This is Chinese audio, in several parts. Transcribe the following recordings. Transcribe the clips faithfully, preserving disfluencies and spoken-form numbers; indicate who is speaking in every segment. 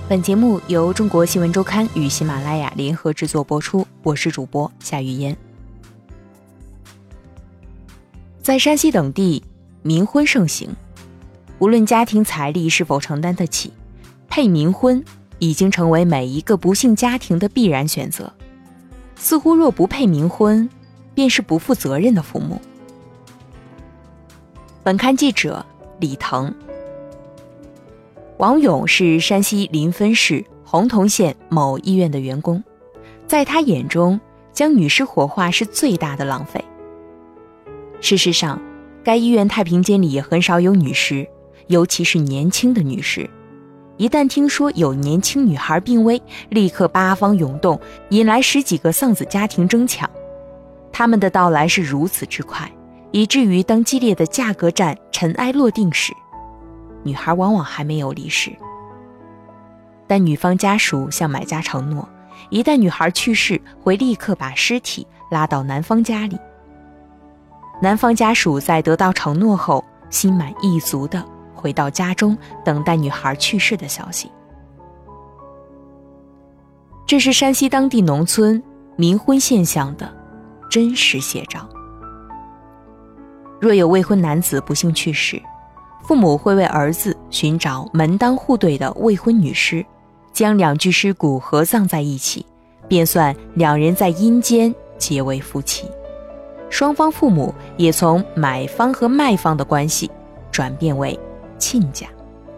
Speaker 1: 本节目由中国新闻周刊与喜马拉雅联合制作播出，我是主播夏雨嫣。在山西等地，冥婚盛行，无论家庭财力是否承担得起，配冥婚已经成为每一个不幸家庭的必然选择。似乎若不配冥婚，便是不负责任的父母。本刊记者李腾。王勇是山西临汾市洪洞县某医院的员工，在他眼中，将女尸火化是最大的浪费。事实上，该医院太平间里也很少有女尸，尤其是年轻的女尸。一旦听说有年轻女孩病危，立刻八方涌动，引来十几个丧子家庭争抢。他们的到来是如此之快，以至于当激烈的价格战尘埃落定时，女孩往往还没有离世。但女方家属向买家承诺，一旦女孩去世，会立刻把尸体拉到男方家里。男方家属在得到承诺后，心满意足地回到家中，等待女孩去世的消息。这是山西当地农村冥婚现象的真实写照。若有未婚男子不幸去世，父母会为儿子寻找门当户对的未婚女尸，将两具尸骨合葬在一起，便算两人在阴间结为夫妻。双方父母也从买方和卖方的关系转变为亲家。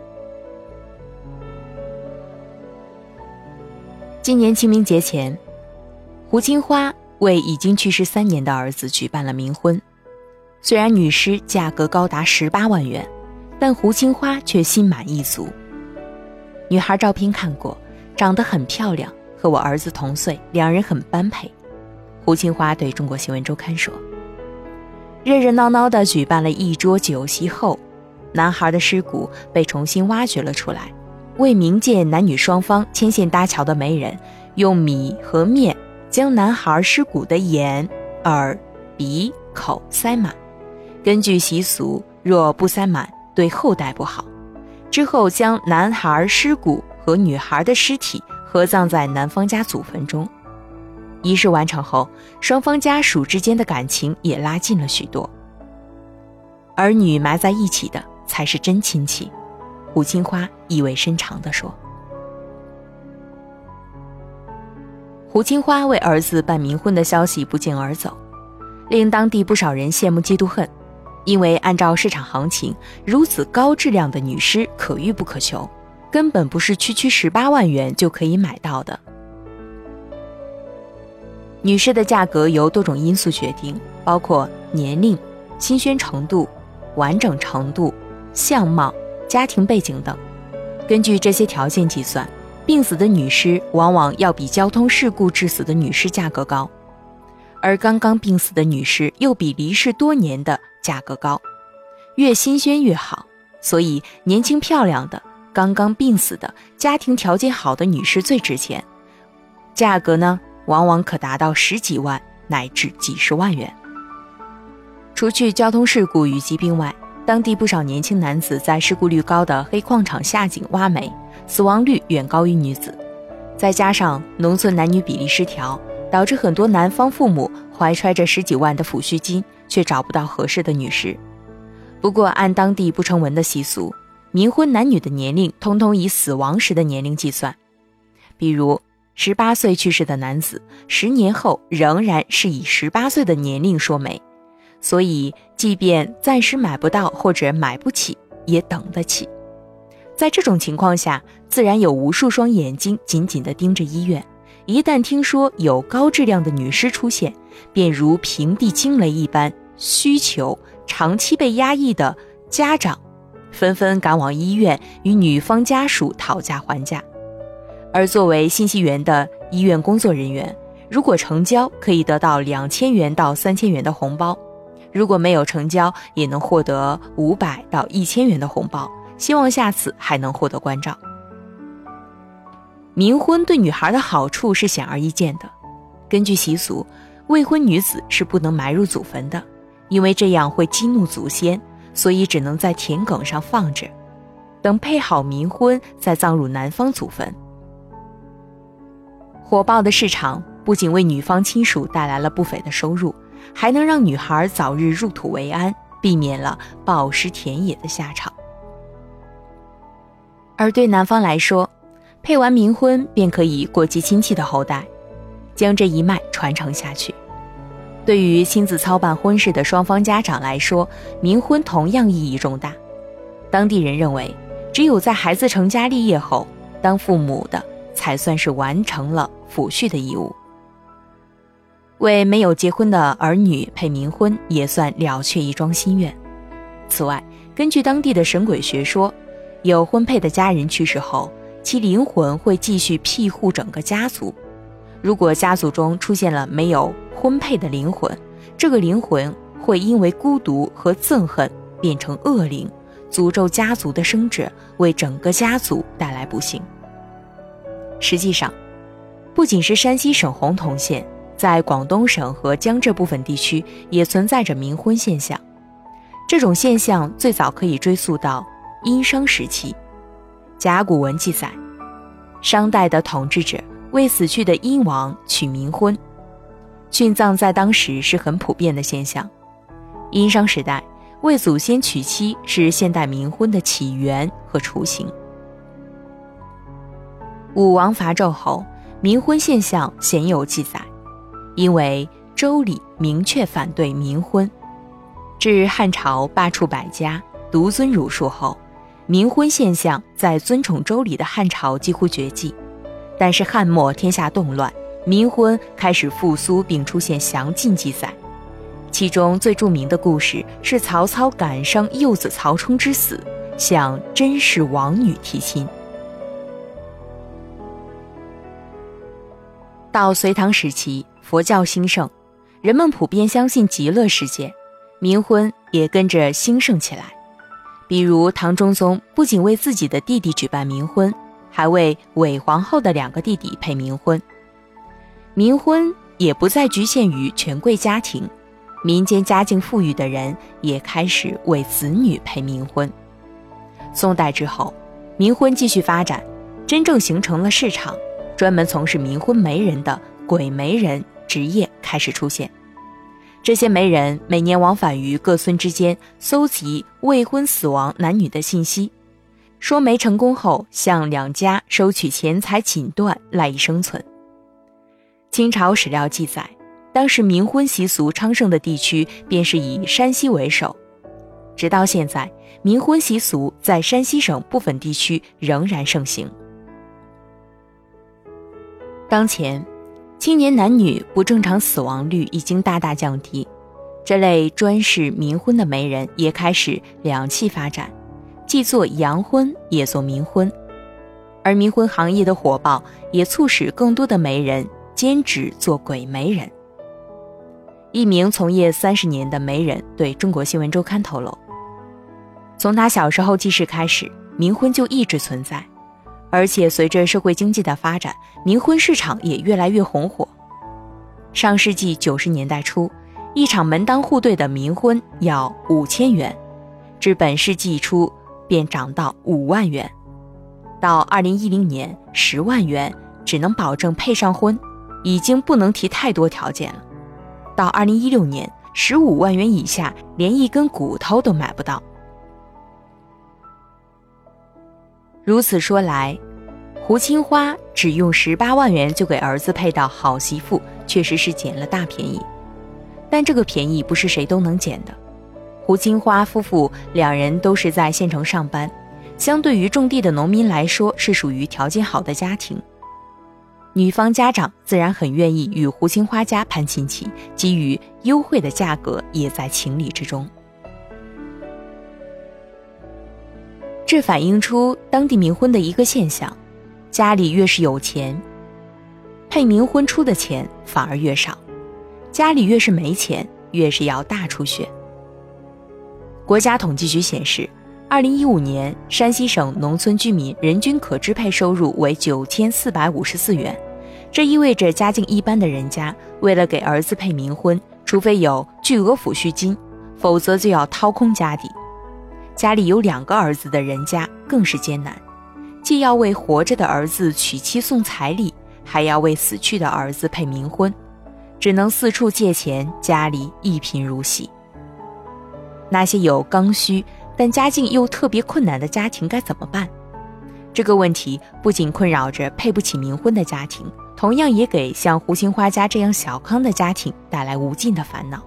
Speaker 1: 今年清明节前，胡金花为已经去世三年的儿子举办了冥婚。虽然女尸价格高达十八万元，但胡金花却心满意足。女孩照片看过，长得很漂亮，和我儿子同岁，两人很般配。胡金花对中国新闻周刊说。热热闹闹地举办了一桌酒席后，男孩的尸骨被重新挖掘了出来，为冥界男女双方牵线搭桥的媒人，用米和面将男孩尸骨的眼、耳、鼻、口塞满。根据习俗，若不塞满，对后代不好。之后将男孩尸骨和女孩的尸体合葬在男方家祖坟中。仪式完成后，双方家属之间的感情也拉近了许多。儿女埋在一起的才是真亲戚，胡金花意味深长地说。胡金花为儿子办冥婚的消息不胫而走，令当地不少人羡慕嫉妒恨。因为按照市场行情，如此高质量的女尸可遇不可求，根本不是区区十八万元就可以买到的。女尸的价格由多种因素决定，包括年龄、新鲜程度、完整程度、相貌、家庭背景等。根据这些条件计算，病死的女尸往往要比交通事故致死的女尸价格高，而刚刚病死的女尸又比离世多年的价格高，越新鲜越好。所以年轻漂亮的、刚刚病死的、家庭条件好的女尸最值钱，价格呢往往可达到十几万乃至几十万元。除去交通事故与疾病外，当地不少年轻男子在事故率高的黑矿场下井挖煤，死亡率远高于女子。再加上农村男女比例失调，导致很多男方父母怀揣着十几万的抚恤金，却找不到合适的女尸。不过按当地不成文的习俗，冥婚男女的年龄通通以死亡时的年龄计算。比如十八岁去世的男子，十年后仍然是以十八岁的年龄说媒，所以即便暂时买不到或者买不起，也等得起。在这种情况下，自然有无数双眼睛紧紧地盯着医院，一旦听说有高质量的女尸出现，便如平地惊雷一般，需求长期被压抑的家长纷纷赶往医院与女方家属讨价还价。而作为信息源的医院工作人员，如果成交可以得到两千元到三千元的红包，如果没有成交也能获得五百到一千元的红包，希望下次还能获得关照。冥婚对女孩的好处是显而易见的。根据习俗，未婚女子是不能埋入祖坟的，因为这样会激怒祖先，所以只能在田埂上放着，等配好冥婚再葬入男方祖坟。 火爆的市场不仅为女方亲属带来了不菲的收入，还能让女孩早日入土为安，避免了暴尸田野的下场。而对男方来说，配完冥婚便可以过继亲戚的后代，将这一脉传承下去。对于亲自操办婚事的双方家长来说，冥婚同样意义重大。当地人认为，只有在孩子成家立业后，当父母的才算是完成了抚恤的义务。为没有结婚的儿女配冥婚，也算了却一桩心愿。此外，根据当地的神鬼学说，有婚配的家人去世后，其灵魂会继续庇护整个家族。如果家族中出现了没有婚配的灵魂，这个灵魂会因为孤独和憎恨变成恶灵，诅咒家族的生殖，为整个家族带来不幸。实际上，不仅是山西省洪洞县，在广东省和江浙部分地区也存在着冥婚现象。这种现象最早可以追溯到殷商时期。甲骨文记载，商代的统治者为死去的殷王娶冥婚，殉葬在当时是很普遍的现象。殷商时代，为祖先娶妻是现代冥婚的起源和雏形。武王伐纣后，冥婚现象鲜有记载，因为《周礼》明确反对冥婚。至汉朝罢黜百家，独尊儒术后，冥婚现象在尊崇周礼的汉朝几乎绝迹。但是汉末天下动乱，冥婚开始复苏并出现详尽记载。其中最著名的故事是曹操感伤幼子曹冲之死，向甄氏王女提亲。到隋唐时期，佛教兴盛，人们普遍相信极乐世界，冥婚也跟着兴盛起来。比如唐中宗不仅为自己的弟弟举办冥婚，还为韦皇后的两个弟弟配冥婚。冥婚也不再局限于权贵家庭，民间家境富裕的人也开始为子女配冥婚。宋代之后，冥婚继续发展，真正形成了市场，专门从事冥婚媒人的鬼媒人职业开始出现。这些媒人每年往返于各村之间，搜集未婚死亡男女的信息，说媒成功后向两家收取钱财锦缎，赖以生存。清朝史料记载，当时冥婚习俗昌盛的地区便是以山西为首。直到现在，冥婚习俗在山西省部分地区仍然盛行。当前，青年男女不正常死亡率已经大大降低，这类专事冥婚的媒人也开始两栖发展，既做阳婚也做冥婚。而冥婚行业的火爆也促使更多的媒人兼职做鬼媒人。一名从业三十年的媒人对中国新闻周刊透露，从他小时候记事开始，冥婚就一直存在，而且随着社会经济的发展，冥婚市场也越来越红火。上世纪九十年代初，一场门当户对的冥婚要五千元，至本世纪初便涨到五万元，到二零一零年十万元只能保证配上婚，已经不能提太多条件了。到二零一六年十五万元以下连一根骨头都买不到。如此说来，胡青花只用十八万元就给儿子配到好媳妇，确实是捡了大便宜。但这个便宜不是谁都能捡的。胡青花夫妇两人都是在县城上班，相对于种地的农民来说，是属于条件好的家庭。女方家长自然很愿意与胡青花家攀亲戚，给予优惠的价格也在情理之中。这反映出当地冥婚的一个现象，家里越是有钱，配冥婚出的钱反而越少，家里越是没钱，越是要大出血。国家统计局显示，二零一五年山西省农村居民人均可支配收入为九千四百五十四元，这意味着家境一般的人家为了给儿子配冥婚，除非有巨额抚恤金，否则就要掏空家底。家里有两个儿子的人家更是艰难，既要为活着的儿子娶妻送彩礼， 还要为死去的儿子配冥婚，只能四处借钱，家里一贫如洗。那些有刚需但家境又特别困难的家庭该怎么办？这个问题不仅困扰着配不起冥婚的家庭，同样也给像胡青花家这样小康的家庭带来无尽的烦恼。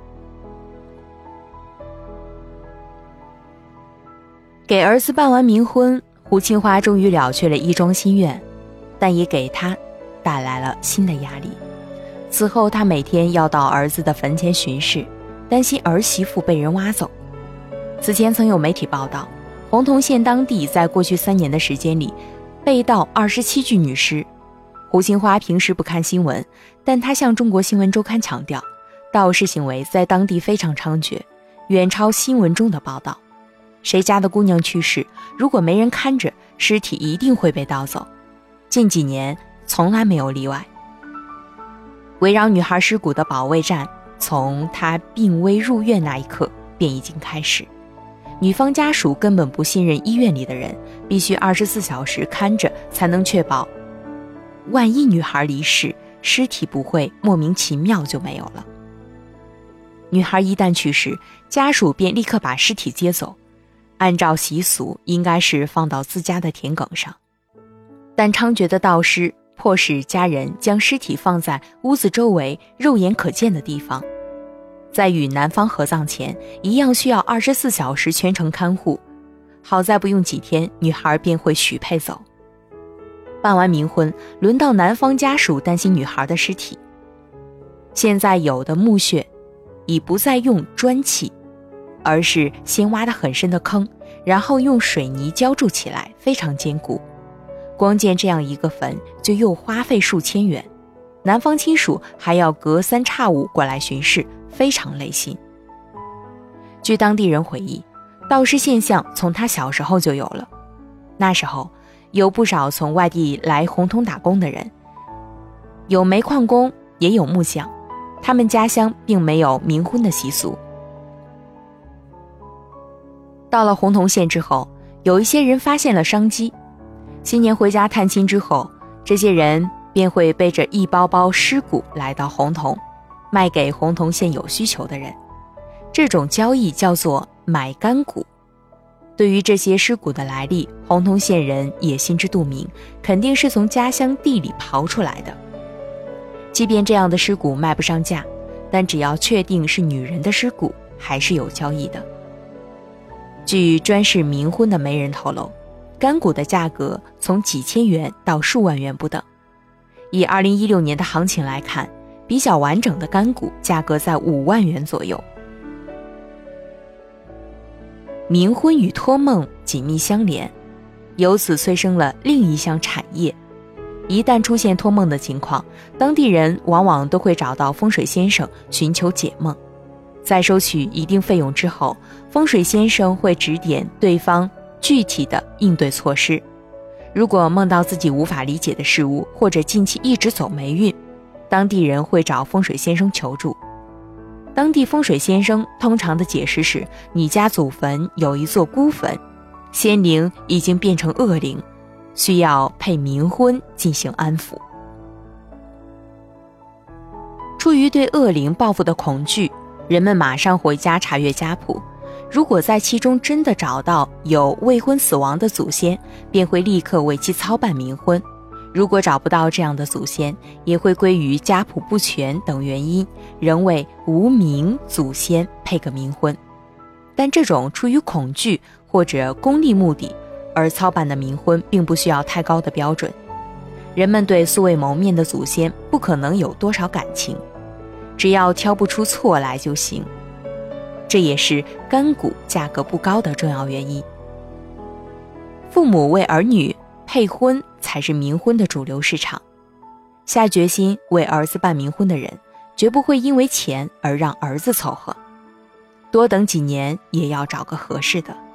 Speaker 1: 给儿子办完冥婚，胡青花终于了却了一桩心愿，但也给他带来了新的压力。此后他每天要到儿子的坟前巡视，担心儿媳妇被人挖走。此前曾有媒体报道，洪洞县当地在过去三年的时间里被盗二十七具女尸。胡青花平时不看新闻，但她向中国新闻周刊强调，盗尸行为在当地非常猖獗，远超新闻中的报道。谁家的姑娘去世，如果没人看着，尸体一定会被盗走。近几年从来没有例外。围绕女孩尸骨的保卫战，从她病危入院那一刻便已经开始。女方家属根本不信任医院里的人，必须二十四小时看着，才能确保万一女孩离世，尸体不会莫名其妙就没有了。女孩一旦去世，家属便立刻把尸体接走，按照习俗应该是放到自家的田埂上，但猖獗的盗尸迫使家人将尸体放在屋子周围肉眼可见的地方。在与男方合葬前，一样需要二十四小时全程看护。好在不用几天，女孩便会许配走。办完冥婚，轮到男方家属担心女孩的尸体。现在有的墓穴已不再用砖砌，而是先挖得很深的坑，然后用水泥浇筑起来，非常坚固。光建这样一个坟就又花费数千元，男方亲属还要隔三差五过来巡视，非常累心。据当地人回忆，盗尸现象从他小时候就有了。那时候有不少从外地来洪洞打工的人，有煤矿工也有木匠，他们家乡并没有冥婚的习俗。到了洪洞县之后，有一些人发现了商机。新年回家探亲之后，这些人便会背着一包包尸骨来到洪洞，卖给洪洞县有需求的人。这种交易叫做买干骨。对于这些尸骨的来历，洪洞县人也心知肚明，肯定是从家乡地里刨出来的。即便这样的尸骨卖不上价，但只要确定是女人的尸骨，还是有交易的。据专事冥婚的媒人透露，干骨的价格从几千元到数万元不等。以二零一六年的行情来看，比较完整的干骨价格在五万元左右。冥婚与托梦紧密相连，由此催生了另一项产业。一旦出现托梦的情况，当地人往往都会找到风水先生寻求解梦。在收取一定费用之后，风水先生会指点对方具体的应对措施。如果梦到自己无法理解的事物，或者近期一直走霉运，当地人会找风水先生求助。当地风水先生通常的解释是，你家祖坟有一座孤坟，仙灵已经变成恶灵，需要配冥婚进行安抚。出于对恶灵报复的恐惧，人们马上回家查阅家谱，如果在其中真的找到有未婚死亡的祖先，便会立刻为其操办冥婚。如果找不到这样的祖先，也会归于家谱不全等原因，仍为无名祖先配个冥婚。但这种出于恐惧或者功利目的而操办的冥婚，并不需要太高的标准。人们对素未谋面的祖先不可能有多少感情，只要挑不出错来就行。这也是干骨价格不高的重要原因。父母为儿女配婚才是冥婚的主流市场。下决心为儿子办冥婚的人，绝不会因为钱而让儿子凑合，多等几年也要找个合适的。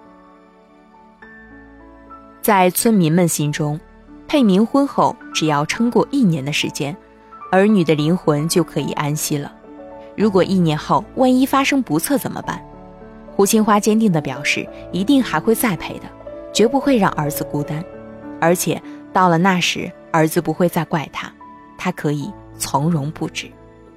Speaker 1: 在村民们心中，配冥婚后只要撑过一年的时间，儿女的灵魂就可以安息了。如果一年后万一发生不测怎么办？胡青花坚定地表示，一定还会再配的，绝不会让儿子孤单。而且到了那时，儿子不会再怪他， 他可以从容不止。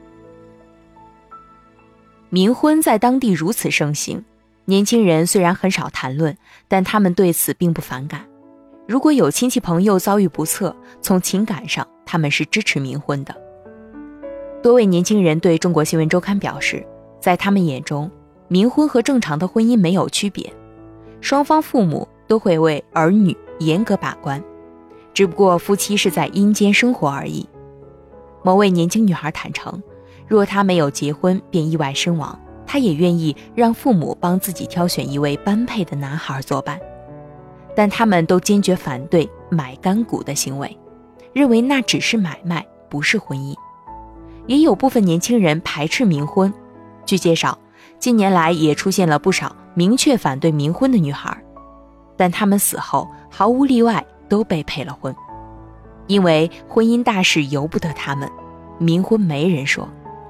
Speaker 1: 冥婚在当地如此盛行，年轻人虽然很少谈论，但他们对此并不反感。如果有亲戚朋友遭遇不测，从情感上他们是支持冥婚的。多位年轻人对中国新闻周刊表示，在他们眼中，冥婚和正常的婚姻没有区别，双方父母都会为儿女严格把关，只不过夫妻是在阴间生活而已。某位年轻女孩坦诚，若她没有结婚便意外身亡，她也愿意让父母帮自己挑选一位般配的男孩作伴，但他们都坚决反对买干股的行为，认为那只是买卖，不是婚姻。也有部分年轻人排斥冥婚，据介绍，近年来也出现了不少明确反对冥婚的女孩，但她们死后毫无例外都被配了婚，因为婚姻大事由不得他们，冥婚没人说。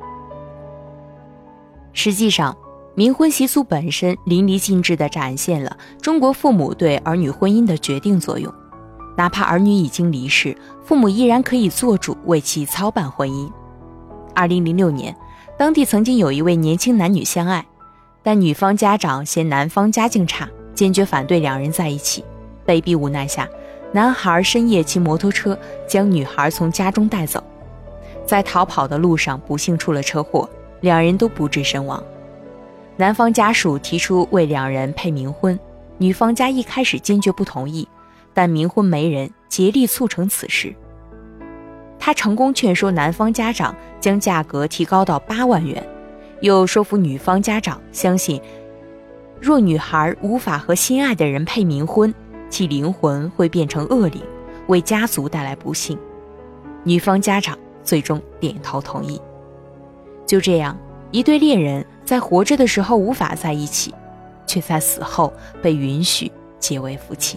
Speaker 1: 实际上，冥婚习俗本身淋漓尽致地展现了中国父母对儿女婚姻的决定作用，哪怕儿女已经离世，父母依然可以做主为其操办婚姻。二零零六年，当地曾经有一位年轻男女相爱，但女方家长嫌男方家境差，坚决反对两人在一起。被逼无奈下，男孩深夜骑摩托车将女孩从家中带走，在逃跑的路上不幸出了车祸，两人都不治身亡。男方家属提出为两人配冥婚，女方家一开始坚决不同意，但冥婚媒人竭力促成此事。他成功劝说男方家长将价格提高到八万元，又说服女方家长相信，若女孩无法和心爱的人配冥婚，其灵魂会变成恶灵，为家族带来不幸。女方家长最终点头同意。就这样，一对恋人在活着的时候无法在一起，却在死后被允许结为夫妻。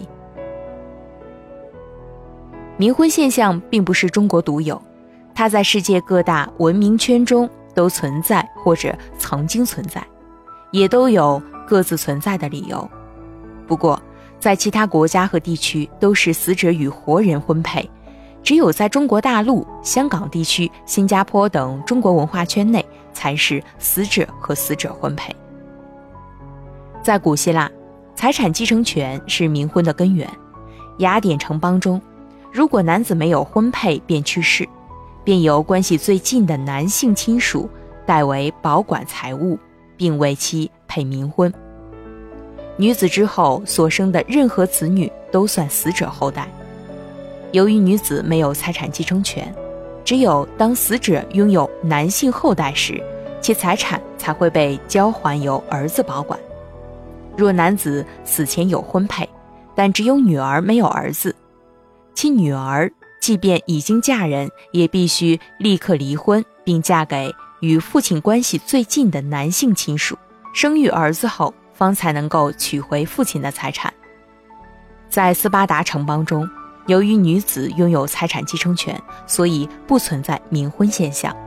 Speaker 1: 冥婚现象并不是中国独有，它在世界各大文明圈中都存在或者曾经存在，也都有各自存在的理由。不过，在其他国家和地区都是死者与活人婚配，只有在中国大陆、香港地区、新加坡等中国文化圈内才是死者和死者婚配。在古希腊，财产继承权是冥婚的根源。雅典城邦中，如果男子没有婚配便去世，便由关系最近的男性亲属代为保管财物，并为其配冥婚。女子之后所生的任何子女都算死者后代。由于女子没有财产继承权，只有当死者拥有男性后代时，其财产才会被交还由儿子保管。若男子死前有婚配，但只有女儿没有儿子，其女儿即便已经嫁人，也必须立刻离婚，并嫁给与父亲关系最近的男性亲属，生育儿子后方才能够取回父亲的财产。在斯巴达城邦中，由于女子拥有财产继承权，所以不存在冥婚现象。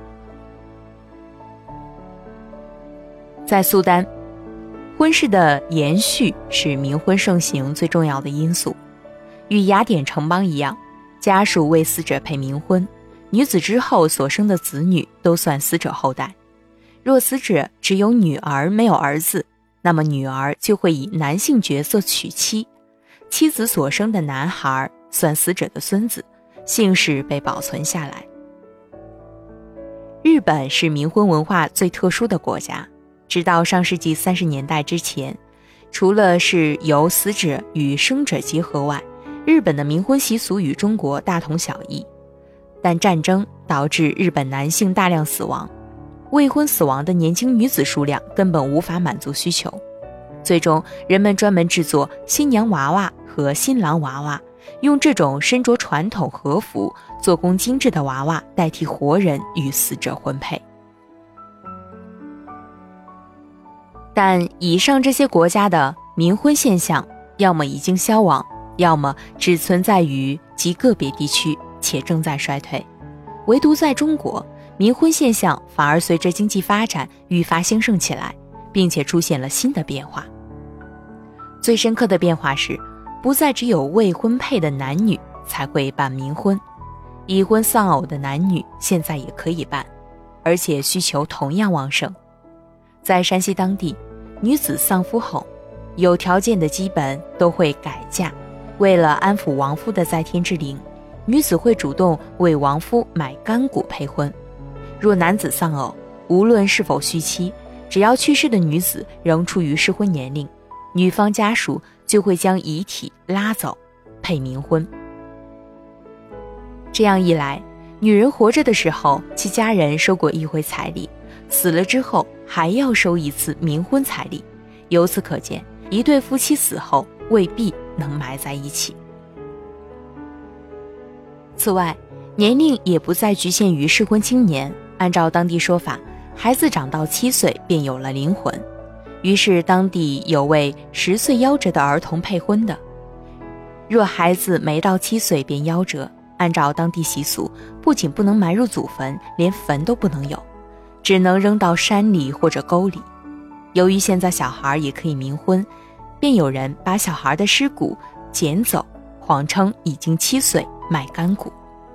Speaker 1: 在苏丹，婚事的延续是冥婚盛行最重要的因素。与雅典城邦一样，家属为死者配冥婚，女子之后所生的子女都算死者后代。若死者只有女儿没有儿子，那么女儿就会以男性角色娶妻，妻子所生的男孩算死者的孙子，姓氏被保存下来。日本是冥婚文化最特殊的国家，直到上世纪三十年代之前，除了是由死者与生者结合外，日本的冥婚习俗与中国大同小异。但战争导致日本男性大量死亡，未婚死亡的年轻女子数量根本无法满足需求。最终，人们专门制作新娘娃娃和新郎娃娃，用这种身着传统和服、做工精致的娃娃代替活人与死者婚配。但以上这些国家的冥婚现象，要么已经消亡，要么只存在于极个别地区，且正在衰退。唯独在中国，冥婚现象反而随着经济发展愈发兴盛起来，并且出现了新的变化。最深刻的变化是，不再只有未婚配的男女才会办冥婚， 已婚丧偶的男女现在也可以办，而且需求同样旺盛。在山西当地，女子丧夫后，有条件的基本都会改嫁。为了安抚亡夫的在天之灵，女子会主动为亡夫买干骨配婚。若男子丧偶，无论是否续妻，只要去世的女子仍处于适婚年龄，女方家属就会将遗体拉走，配冥婚。这样一来，女人活着的时候其家人收过一回彩礼，死了之后还要收一次冥婚彩礼。由此可见，一对夫妻死后未必能埋在一起。此外，年龄也不再局限于适婚青年，按照当地说法，孩子长到七岁便有了灵魂。于是当地有为十岁夭折的儿童配婚的。若孩子没到七岁便夭折，按照当地习俗，不仅不能埋入祖坟，连坟都不能有，只能扔到山里或者沟里。由于现在小孩也可以冥婚，便有人把小孩的尸骨捡走，谎称已经七岁卖干骨。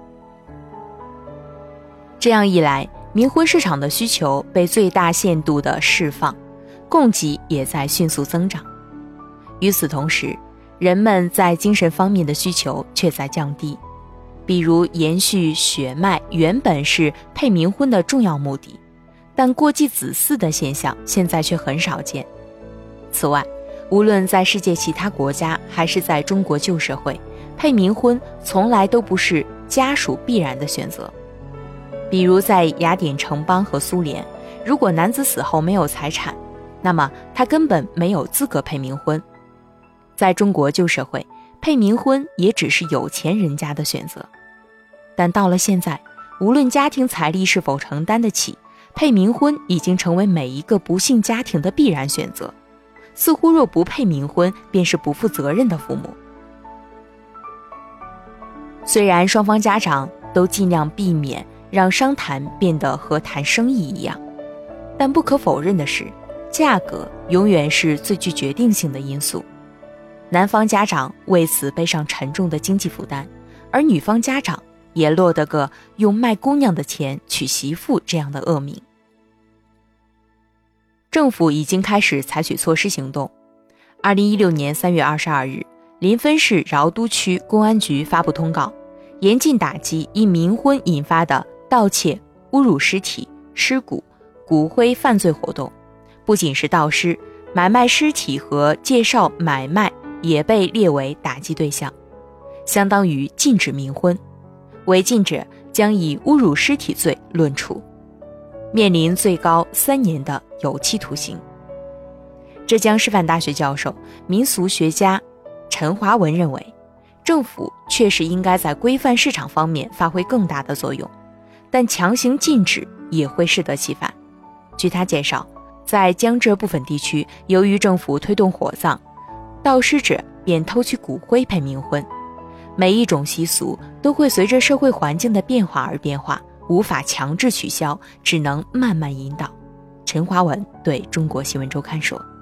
Speaker 1: 这样一来，冥婚市场的需求被最大限度地释放，供给也在迅速增长。与此同时，人们在精神方面的需求却在降低。比如延续血脉原本是配冥婚的重要目的，但过继子嗣的现象现在却很少见。此外，无论在世界其他国家还是在中国旧社会，配冥婚从来都不是家属必然的选择。比如在雅典城邦和苏联，如果男子死后没有财产，那么他根本没有资格配冥婚。在中国旧社会，配冥婚也只是有钱人家的选择。但到了现在，无论家庭财力是否承担得起，配冥婚已经成为每一个不幸家庭的必然选择。似乎若不配冥婚，便是不负责任的父母。虽然双方家长都尽量避免让商谈变得和谈生意一样，但不可否认的是，价格永远是最具决定性的因素。男方家长为此背上沉重的经济负担，而女方家长也落得个用卖姑娘的钱娶媳妇这样的恶名。政府已经开始采取措施行动。二零一六年三月二十二日，临汾市饶都区公安局发布通告，严禁打击因冥婚引发的盗窃、侮辱尸体、尸骨、骨灰犯罪活动。不仅是盗尸，买卖尸体和介绍买卖也被列为打击对象，相当于禁止冥婚。违禁者将以侮辱尸体罪论处，面临最高三年的有期徒刑。浙江师范大学教授、民俗学家陈华文认为，政府确实应该在规范市场方面发挥更大的作用，但强行禁止也会适得其反。据他介绍，在江浙部分地区，由于政府推动火葬，盗尸者便偷取骨灰配冥婚。每一种习俗都会随着社会环境的变化而变化，无法强制取消，只能慢慢引导。陈华文对中国新闻周刊说。